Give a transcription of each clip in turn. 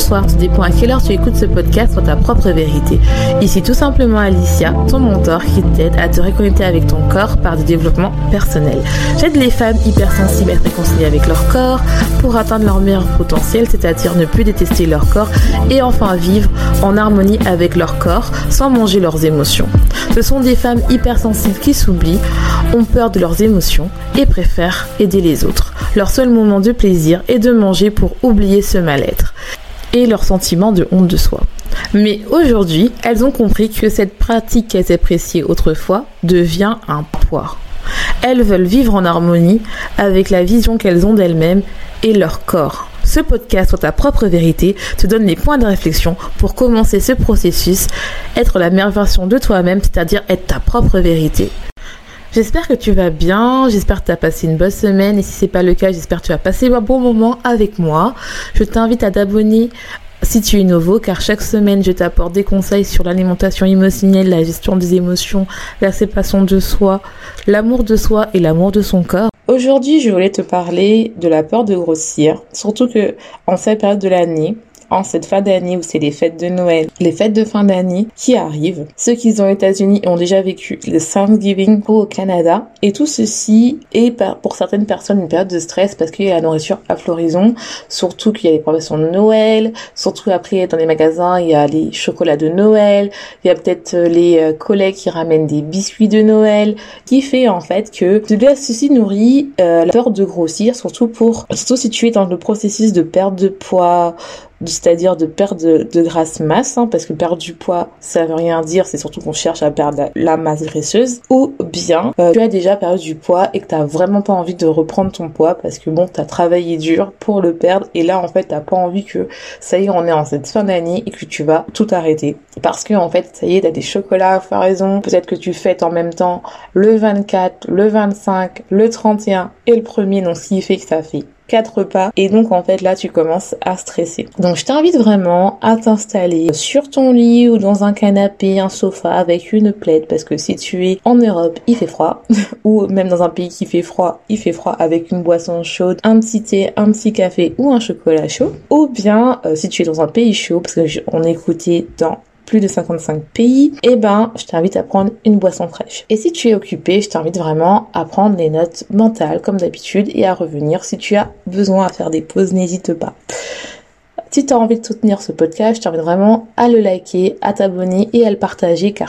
bonsoir, tout dépend à quelle heure tu écoutes ce podcast sur ta propre vérité. Ici tout simplement Alicia, ton mentor qui t'aide à te reconnecter avec ton corps par du développement personnel. J'aide les femmes hypersensibles à être réconciliées avec leur corps pour atteindre leur meilleur potentiel, c'est-à-dire ne plus détester leur corps et enfin vivre en harmonie avec leur corps sans manger leurs émotions. Ce sont des femmes hypersensibles qui s'oublient, ont peur de leurs émotions et préfèrent aider les autres. Leur seul moment de plaisir est de manger pour oublier ce mal-être et leur sentiment de honte de soi. Mais aujourd'hui, elles ont compris que cette pratique qu'elles appréciaient autrefois devient un poids. Elles veulent vivre en harmonie avec la vision qu'elles ont d'elles-mêmes et leur corps. Ce podcast sur ta propre vérité te donne les points de réflexion pour commencer ce processus, être la meilleure version de toi-même, c'est-à-dire être ta propre vérité. J'espère que tu vas bien, j'espère que tu as passé une bonne semaine et si c'est pas le cas, j'espère que tu vas passer un bon moment avec moi. Je t'invite à t'abonner si tu es nouveau car chaque semaine je t'apporte des conseils sur l'alimentation émotionnelle, la gestion des émotions, l'acceptation de soi, l'amour de soi et l'amour de son corps. Aujourd'hui, je voulais te parler de la peur de grossir, surtout que en cette période de l'année, en cette fin d'année où c'est les fêtes de Noël, les fêtes de fin d'année qui arrivent. Ceux qui sont aux États-Unis ont déjà vécu le Thanksgiving au Canada. Et tout ceci est pour certaines personnes une période de stress parce qu'il y a la nourriture à floraison, surtout qu'il y a les promotions de Noël, surtout après dans les magasins il y a les chocolats de Noël, il y a peut-être les collègues qui ramènent des biscuits de Noël, qui fait en fait que ceci nourrit la peur de grossir, surtout si tu es dans le processus de perte de poids, c'est-à-dire de perdre de grasse masse, parce que perdre du poids, ça veut rien dire, c'est surtout qu'on cherche à perdre la masse graisseuse, ou bien tu as déjà perdu du poids et que t'as vraiment pas envie de reprendre ton poids parce que bon, t'as travaillé dur pour le perdre et là en fait t'as pas envie que ça y est, on est en cette fin d'année et que tu vas tout arrêter parce que en fait ça y est, t'as des chocolats à floraison, peut-être que tu fêtes en même temps le 24, le 25, le 31 et le 1er, donc ce qui fait que ça fait 4 repas et donc en fait là tu commences à stresser. Donc je t'invite vraiment à t'installer sur ton lit ou dans un canapé, un sofa avec une plaide parce que si tu es en Europe il fait froid ou même dans un pays qui fait froid, il fait froid avec une boisson chaude, un petit thé, un petit café ou un chocolat chaud ou bien si tu es dans un pays chaud parce que on est écouté dans plus de 55 pays, je t'invite à prendre une boisson fraîche. Et si tu es occupé, je t'invite vraiment à prendre des notes mentales comme d'habitude et à revenir. Si tu as besoin à faire des pauses, n'hésite pas. Si tu as envie de soutenir ce podcast, je t'invite vraiment à le liker, à t'abonner et à le partager car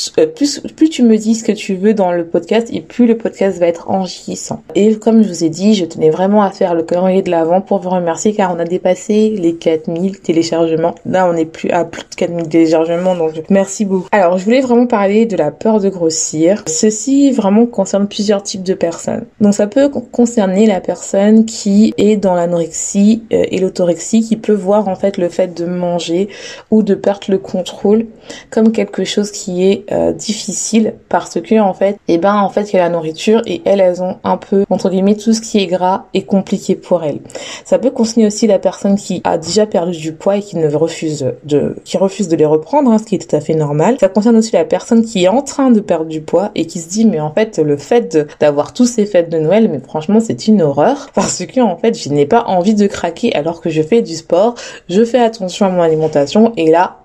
plus tu me dis ce que tu veux dans le podcast et plus le podcast va être enrichissant. Et comme je vous ai dit, je tenais vraiment à faire le calendrier de l'Avent pour vous remercier car on a dépassé les 4000 téléchargements. Là, on est plus à plus de 4000 téléchargements, donc merci beaucoup. Alors, je voulais vraiment parler de la peur de grossir. Ceci vraiment concerne plusieurs types de personnes. Donc, ça peut concerner la personne qui est dans l'anorexie et l'autorexie qui peut voir en fait le fait de manger ou de perdre le contrôle comme quelque chose qui est difficile parce que en fait il y a la nourriture et elles ont un peu entre guillemets tout ce qui est gras est compliqué pour elles. Ça peut concerner aussi la personne qui a déjà perdu du poids et qui refuse de les reprendre, ce qui est tout à fait normal. Ça concerne aussi la personne qui est en train de perdre du poids et qui se dit mais en fait le fait d'avoir tous ces fêtes de Noël, mais franchement c'est une horreur parce que en fait je n'ai pas envie de craquer alors que je fais du sport. Je fais attention à mon alimentation et là,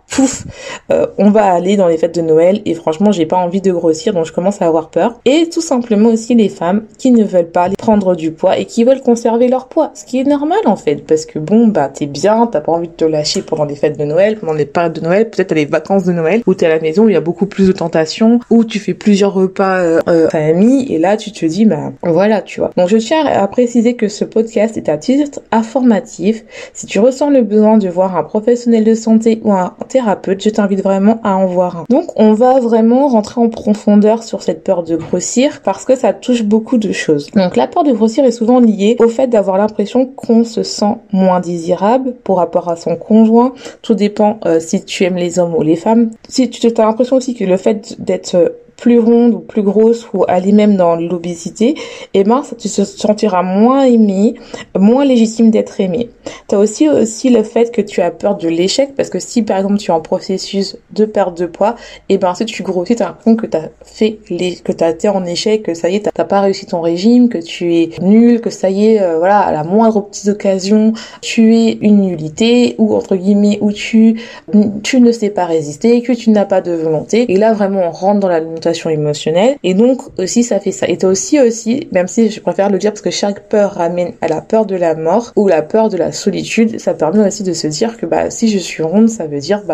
on va aller dans les fêtes de Noël et franchement j'ai pas envie de grossir donc je commence à avoir peur. Et tout simplement aussi les femmes qui ne veulent pas prendre du poids et qui veulent conserver leur poids, ce qui est normal en fait parce que t'es bien, t'as pas envie de te lâcher pendant les fêtes de Noël, pendant les périodes de Noël, peut-être à les vacances de Noël où t'es à la maison où il y a beaucoup plus de tentations, où tu fais plusieurs repas famille et là tu te dis voilà tu vois. Donc je tiens à préciser que ce podcast est à titre informatif. Si tu ressens le besoin de voir un professionnel de santé ou un thérapeute, je t'invite vraiment à en voir un. Donc on va vraiment rentrer en profondeur sur cette peur de grossir parce que ça touche beaucoup de choses. Donc la peur de grossir est souvent liée au fait d'avoir l'impression qu'on se sent moins désirable pour rapport à son conjoint. Tout dépend si tu aimes les hommes ou les femmes. Si tu as l'impression aussi que le fait d'être plus ronde ou plus grosse ou aller même dans l'obésité, et ben ça, tu te sentiras moins aimé, moins légitime d'être aimé. T'as aussi le fait que tu as peur de l'échec, parce que si par exemple tu es en processus de perte de poids, et ben si tu grossis, t'as l'impression que t'as été en échec, que ça y est, t'as pas réussi ton régime, que tu es nul, que ça y est, à la moindre petite occasion, tu es une nullité, ou entre guillemets, où tu ne sais pas résister, que tu n'as pas de volonté. Et là vraiment on rentre dans l'alimentation émotionnelle, et donc aussi ça fait ça. Et t'as aussi, même si je préfère le dire parce que chaque peur ramène à la peur de la mort ou la peur de la solitude, ça permet aussi de se dire que si je suis ronde, ça veut dire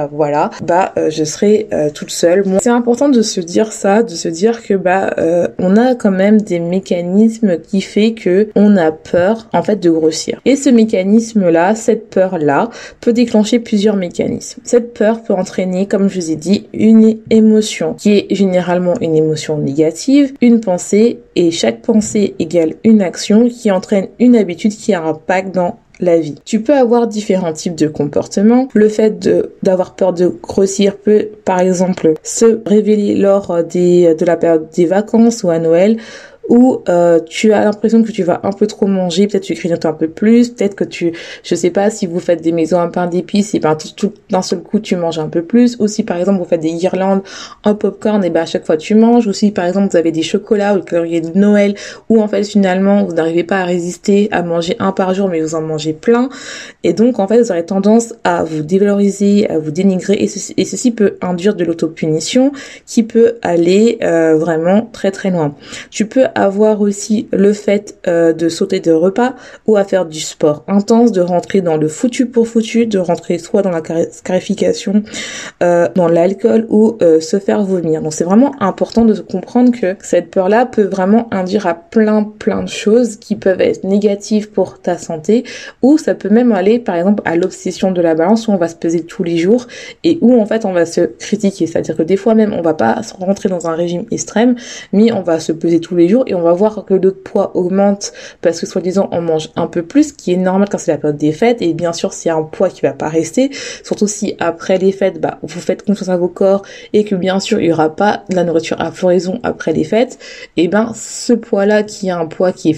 je serai toute seule. Bon, c'est important de se dire ça, de se dire que on a quand même des mécanismes qui fait que on a peur en fait de grossir. Et ce mécanisme là, cette peur là peut déclencher plusieurs mécanismes. Cette peur peut entraîner, comme je vous ai dit, une émotion qui est généralement une émotion négative, une pensée, et chaque pensée égale une action qui entraîne une habitude qui a un impact dans la vie. Tu peux avoir différents types de comportements. Le fait d'avoir peur de grossir peut, par exemple, se révéler lors de la période des vacances ou à Noël, où tu as l'impression que tu vas un peu trop manger, peut-être tu grignotes un peu plus, peut-être que je sais pas, si vous faites des maisons à pain d'épices, et tout d'un seul coup tu manges un peu plus, ou si par exemple vous faites des guirlandes en popcorn, et à chaque fois tu manges, ou si par exemple vous avez des chocolats ou le calendrier de Noël, où en fait finalement vous n'arrivez pas à résister à manger un par jour, mais vous en mangez plein, et donc en fait vous aurez tendance à vous dévaloriser, à vous dénigrer, et ceci peut induire de l'autopunition qui peut aller vraiment très très loin. Tu peux avoir aussi le fait de sauter de repas, ou à faire du sport intense, de rentrer dans le foutu pour foutu, de rentrer soit dans la scarification, dans l'alcool, ou se faire vomir. Donc c'est vraiment important de comprendre que cette peur-là peut vraiment induire à plein de choses qui peuvent être négatives pour ta santé, ou ça peut même aller par exemple à l'obsession de la balance, où on va se peser tous les jours et où en fait on va se critiquer. C'est-à-dire que des fois même on va pas rentrer dans un régime extrême, mais on va se peser tous les jours et on va voir que notre poids augmente parce que soi-disant on mange un peu plus, ce qui est normal quand c'est la période des fêtes. Et bien sûr c'est un poids qui va pas rester, surtout si après les fêtes vous faites confiance à vos corps et que bien sûr il y aura pas de la nourriture à floraison après les fêtes, et ce poids là qui est un poids qui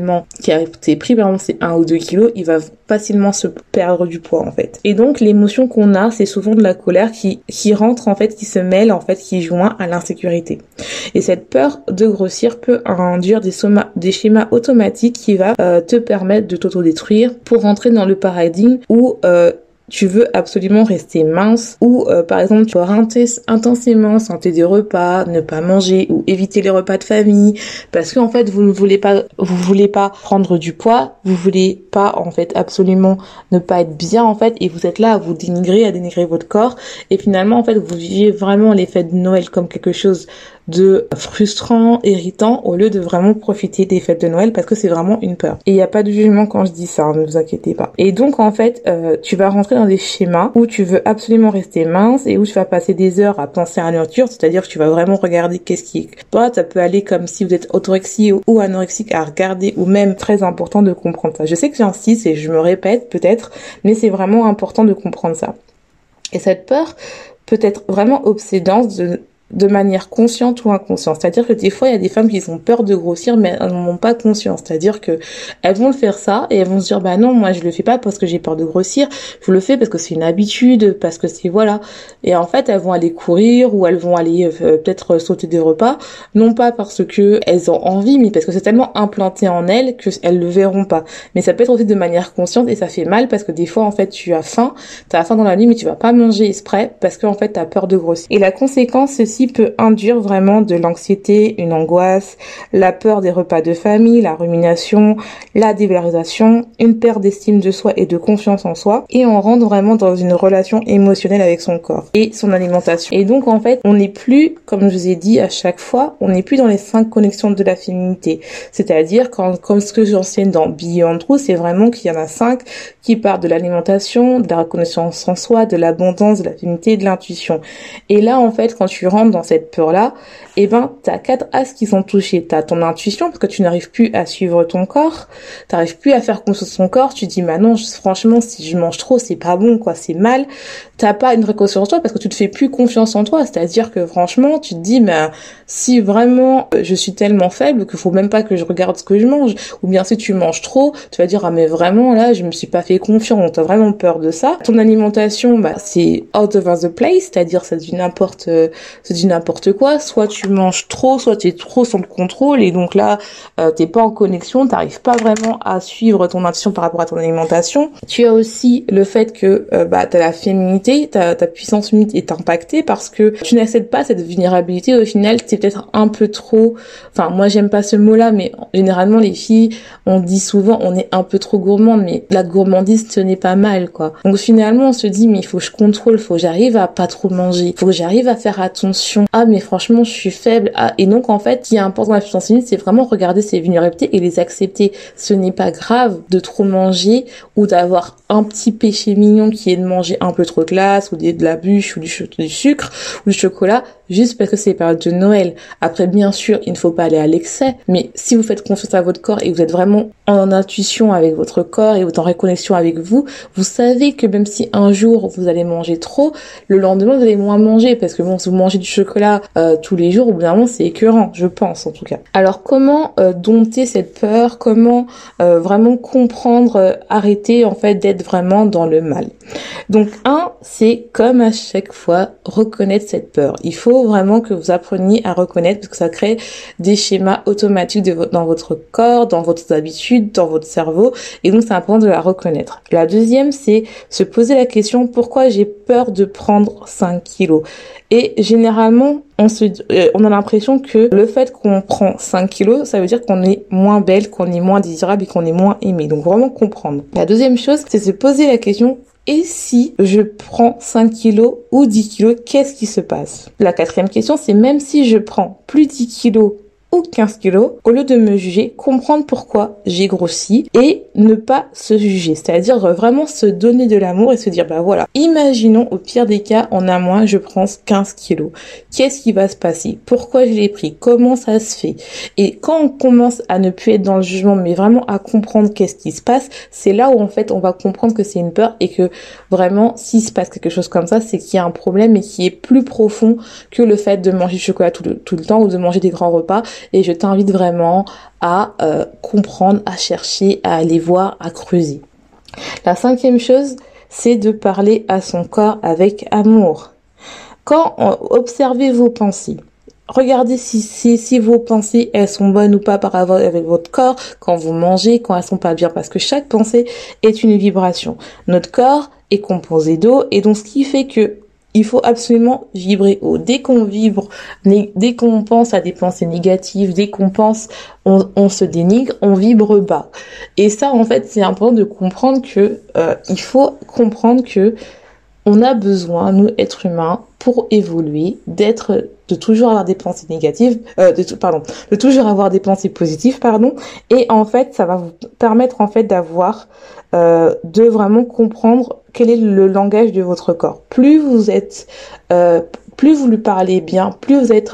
a été pris par exemple c'est 1 ou 2 kilos, il va facilement se perdre du poids en fait. Et donc l'émotion qu'on a, c'est souvent de la colère qui rentre en fait, qui se mêle en fait, qui joint à l'insécurité. Et cette peur de grossir peut induire des schémas automatiques qui va te permettre de t'autodétruire pour rentrer dans le paradigme où tu veux absolument rester mince, ou par exemple tu vas intensément sauter des repas, ne pas manger ou éviter les repas de famille parce que en fait vous voulez pas prendre du poids, vous voulez pas en fait absolument ne pas être bien en fait, et vous êtes là à vous dénigrer, à dénigrer votre corps, et finalement en fait vous vivez vraiment les fêtes de Noël comme quelque chose de frustrant, irritant, au lieu de vraiment profiter des fêtes de Noël, parce que c'est vraiment une peur. Et il n'y a pas de jugement quand je dis ça, ne vous inquiétez pas. Et donc en fait, tu vas rentrer dans des schémas où tu veux absolument rester mince et où tu vas passer des heures à penser à la nourriture, c'est-à-dire que tu vas vraiment regarder qu'est-ce qui est. Toi, ça peut aller comme si vous êtes orthorexique ou anorexique, à regarder, ou même très important de comprendre ça. Je sais que j'insiste et je me répète peut-être, mais c'est vraiment important de comprendre ça. Et cette peur peut être vraiment obsédante de manière consciente ou inconsciente. C'est-à-dire que des fois, il y a des femmes qui ont peur de grossir, mais elles n'en ont pas conscience. C'est-à-dire que elles vont le faire ça, et elles vont se dire, non, moi, je le fais pas parce que j'ai peur de grossir. Je le fais parce que c'est une habitude, parce que c'est, voilà. Et en fait, elles vont aller courir, ou elles vont aller peut-être sauter des repas, non pas parce que elles ont envie, mais parce que c'est tellement implanté en elles qu'elles le verront pas. Mais ça peut être aussi de manière consciente, et ça fait mal parce que des fois, en fait, t'as faim dans la nuit, mais tu vas pas manger exprès parce que en fait, t'as peur de grossir. Et la conséquence, peut induire vraiment de l'anxiété, une angoisse, la peur des repas de famille, la rumination, la dévalorisation, une perte d'estime de soi et de confiance en soi, et on rentre vraiment dans une relation émotionnelle avec son corps et son alimentation. Et donc en fait, on n'est plus, comme je vous ai dit à chaque fois, on n'est plus dans les 5 connexions de la féminité. C'est-à-dire comme ce que j'enseigne dans Beyond True, c'est vraiment qu'il y en a 5 qui partent de l'alimentation, de la reconnaissance en soi, de l'abondance, de la féminité et de l'intuition. Et là en fait, quand tu rentres dans cette peur-là, t'as 4 axes qui sont touchés. T'as ton intuition, parce que tu n'arrives plus à suivre ton corps, t'arrives plus à faire confiance à ton corps, tu dis, non, franchement, si je mange trop, c'est pas bon, quoi, c'est mal. T'as pas une reconnaissance en toi, parce que tu te fais plus confiance en toi, c'est-à-dire que franchement, tu te dis, Si vraiment je suis tellement faible qu'il faut même pas que je regarde ce que je mange, ou bien si tu manges trop, tu vas dire ah mais vraiment là je me suis pas fait confiance, t'as vraiment peur de ça. Ton alimentation c'est out of the place, c'est-à-dire c'est du n'importe quoi, soit tu manges trop, soit tu es trop sans le contrôle et donc là t'es pas en connexion, t'arrives pas vraiment à suivre ton intuition par rapport à ton alimentation. Tu as aussi le fait que t'as la féminité, ta puissance féminine est impactée parce que tu n'acceptes pas cette vulnérabilité. Au final, c'est peut-être un peu trop, enfin moi j'aime pas ce mot-là, mais généralement les filles, on dit souvent on est un peu trop gourmande, mais la gourmandise ce n'est pas mal quoi. Donc finalement on se dit mais il faut que je contrôle, faut que j'arrive à pas trop manger, faut que j'arrive à faire attention. Ah mais franchement je suis faible. Ah, et donc en fait ce qui est important dans la puissance féminine, c'est vraiment regarder ses vulnérabilités et les accepter. Ce n'est pas grave de trop manger ou d'avoir un petit péché mignon qui est de manger un peu trop de glace ou de la bûche ou du sucre ou du chocolat juste parce que c'est les périodes de Noël. Après, bien sûr, il ne faut pas aller à l'excès, mais si vous faites confiance à votre corps et vous êtes vraiment en intuition avec votre corps et vous êtes en reconnexion avec vous, vous savez que même si un jour vous allez manger trop, le lendemain vous allez moins manger parce que bon, si vous mangez du chocolat tous les jours, au bout d'un moment c'est écœurant, je pense en tout cas. Alors comment dompter cette peur, comment vraiment comprendre, arrêter en fait d'être vraiment dans le mal. Donc c'est comme à chaque fois reconnaître cette peur. Il faut vraiment que vous appreniez à reconnaître parce que ça crée des schémas automatiques dans votre corps, dans votre habitude, dans votre cerveau et donc c'est important de la reconnaître. La deuxième, c'est se poser la question pourquoi j'ai peur de prendre 5 kilos. Et généralement, on a l'impression que le fait qu'on prend 5 kilos, ça veut dire qu'on est moins belle, qu'on est moins désirable et qu'on est moins aimé. Donc vraiment comprendre. La deuxième chose, c'est se poser la question et si je prends 5 kilos ou 10 kilos, qu'est-ce qui se passe? La quatrième question, c'est même si je prends plus 10 kilos ou 15 kilos, au lieu de me juger, comprendre pourquoi j'ai grossi et ne pas se juger. C'est-à-dire vraiment se donner de l'amour et se dire, voilà, imaginons au pire des cas, en un mois, je prends 15 kilos. Qu'est-ce qui va se passer? Pourquoi je l'ai pris? Comment ça se fait? Et quand on commence à ne plus être dans le jugement, mais vraiment à comprendre qu'est-ce qui se passe, c'est là où en fait on va comprendre que c'est une peur et que vraiment, s'il se passe quelque chose comme ça, c'est qu'il y a un problème et qui est plus profond que le fait de manger du chocolat tout le temps ou de manger des grands repas. Et je t'invite vraiment à comprendre, à chercher, à aller voir, à creuser. La cinquième chose, c'est de parler à son corps avec amour. Quand observez vos pensées, regardez si vos pensées, elles sont bonnes ou pas par rapport avec votre corps, quand vous mangez, quand elles sont pas bien, parce que chaque pensée est une vibration. Notre corps est composé d'eau et donc ce qui fait que il faut absolument vibrer haut. Dès qu'on vibre, dès qu'on pense à des pensées négatives, dès qu'on pense, on se dénigre, on vibre bas. Et ça, en fait, c'est important de comprendre que il faut comprendre que on a besoin, nous, êtres humains, pour évoluer, de toujours avoir des pensées négatives, de toujours avoir des pensées positives, et en fait, ça va vous permettre, en fait, de vraiment comprendre quel est le langage de votre corps. Plus vous lui parlez bien, plus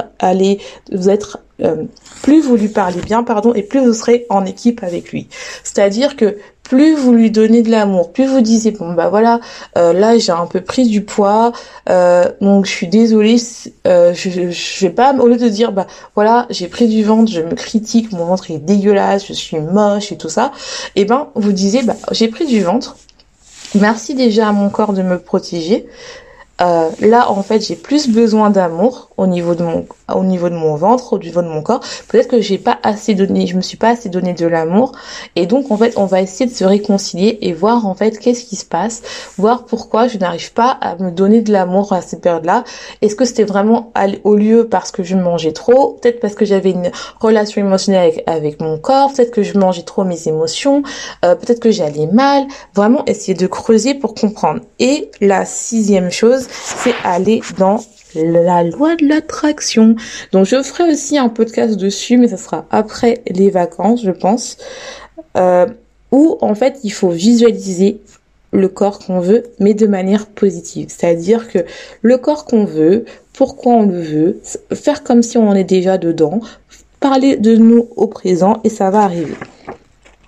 vous lui parlez bien, et plus vous serez en équipe avec lui. C'est-à-dire que plus vous lui donnez de l'amour, plus vous disiez là j'ai un peu pris du poids, donc je suis désolée, je vais pas, au lieu de dire j'ai pris du ventre, je me critique, mon ventre est dégueulasse, je suis moche et tout ça, vous disiez j'ai pris du ventre, merci déjà à mon corps de me protéger. Là en fait j'ai plus besoin d'amour au niveau de mon ventre, au niveau de mon corps. Peut-être que je me suis pas assez donné de l'amour et donc en fait on va essayer de se réconcilier et voir en fait qu'est-ce qui se passe, voir pourquoi je n'arrive pas à me donner de l'amour à ces périodes-là. Est-ce que c'était vraiment au lieu parce que je mangeais trop, peut-être parce que j'avais une relation émotionnelle avec mon corps, peut-être que je mangeais trop mes émotions, peut-être que j'allais mal. Vraiment essayer de creuser pour comprendre. Et la sixième chose, c'est aller dans la loi de l'attraction. Donc je ferai aussi un podcast dessus, mais ça sera après les vacances, je pense, où en fait il faut visualiser le corps qu'on veut, mais de manière positive. C'est-à-dire que le corps qu'on veut, pourquoi on le veut, faire comme si on en est déjà dedans, parler de nous au présent et ça va arriver.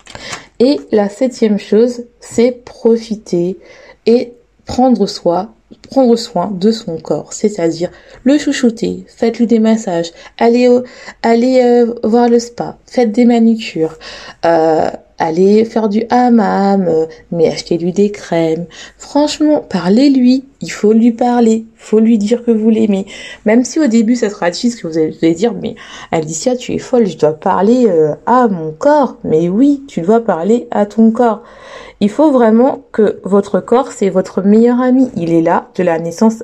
Et la septième chose, c'est profiter et prendre soin prendre soin de son corps, c'est-à-dire le chouchouter, faites-lui des massages, allez voir le spa, faites des manicures, allez faire du hammam, mais achetez-lui des crèmes. Franchement, parlez-lui, il faut lui parler, faut lui dire que vous l'aimez. Même si au début ça sera difficile, que vous allez dire, mais Alicia, tu es folle, je dois parler à mon corps. Mais oui, tu dois parler à ton corps. Il faut vraiment que votre corps, c'est votre meilleur ami. Il est là de la naissance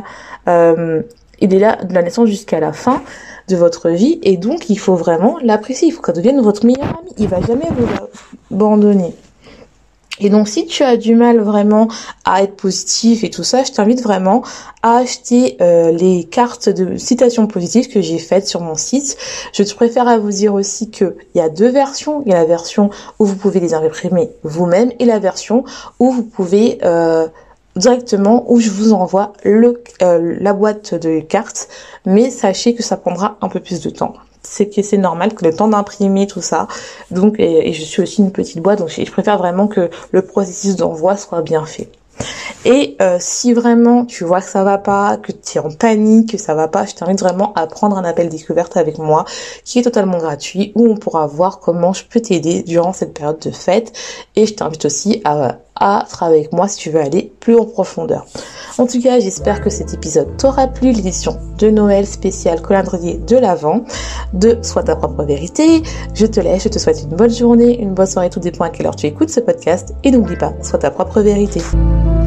il est là de la naissance jusqu'à la fin de votre vie, et donc il faut vraiment l'apprécier. Il faut qu'elle devienne votre meilleur ami. Il va jamais vous abandonner. Et donc, si tu as du mal vraiment à être positif et tout ça, je t'invite vraiment à acheter les cartes de citations positives que j'ai faites sur mon site. Je préfère à vous dire aussi que il y a deux versions. Il y a la version où vous pouvez les imprimer vous-même et la version où vous pouvez directement, où je vous envoie la boîte de cartes. Mais sachez que ça prendra un peu plus de temps. C'est normal que le temps d'imprimer tout ça, donc et je suis aussi une petite boîte, donc je préfère vraiment que le processus d'envoi soit bien fait. Et si vraiment tu vois que ça va pas, que tu es en panique, que ça va pas, je t'invite vraiment à prendre un appel découverte avec moi qui est totalement gratuit, où on pourra voir comment je peux t'aider durant cette période de fête. Et je t'invite aussi à travailler avec moi si tu veux aller plus en profondeur. En tout cas, j'espère que cet épisode t'aura plu, l'édition de Noël spéciale calendrier de l'Avent de Sois ta propre vérité. Je te laisse, je te souhaite une bonne journée, une bonne soirée, tout dépend à quelle heure tu écoutes ce podcast. Et n'oublie pas, sois ta propre vérité.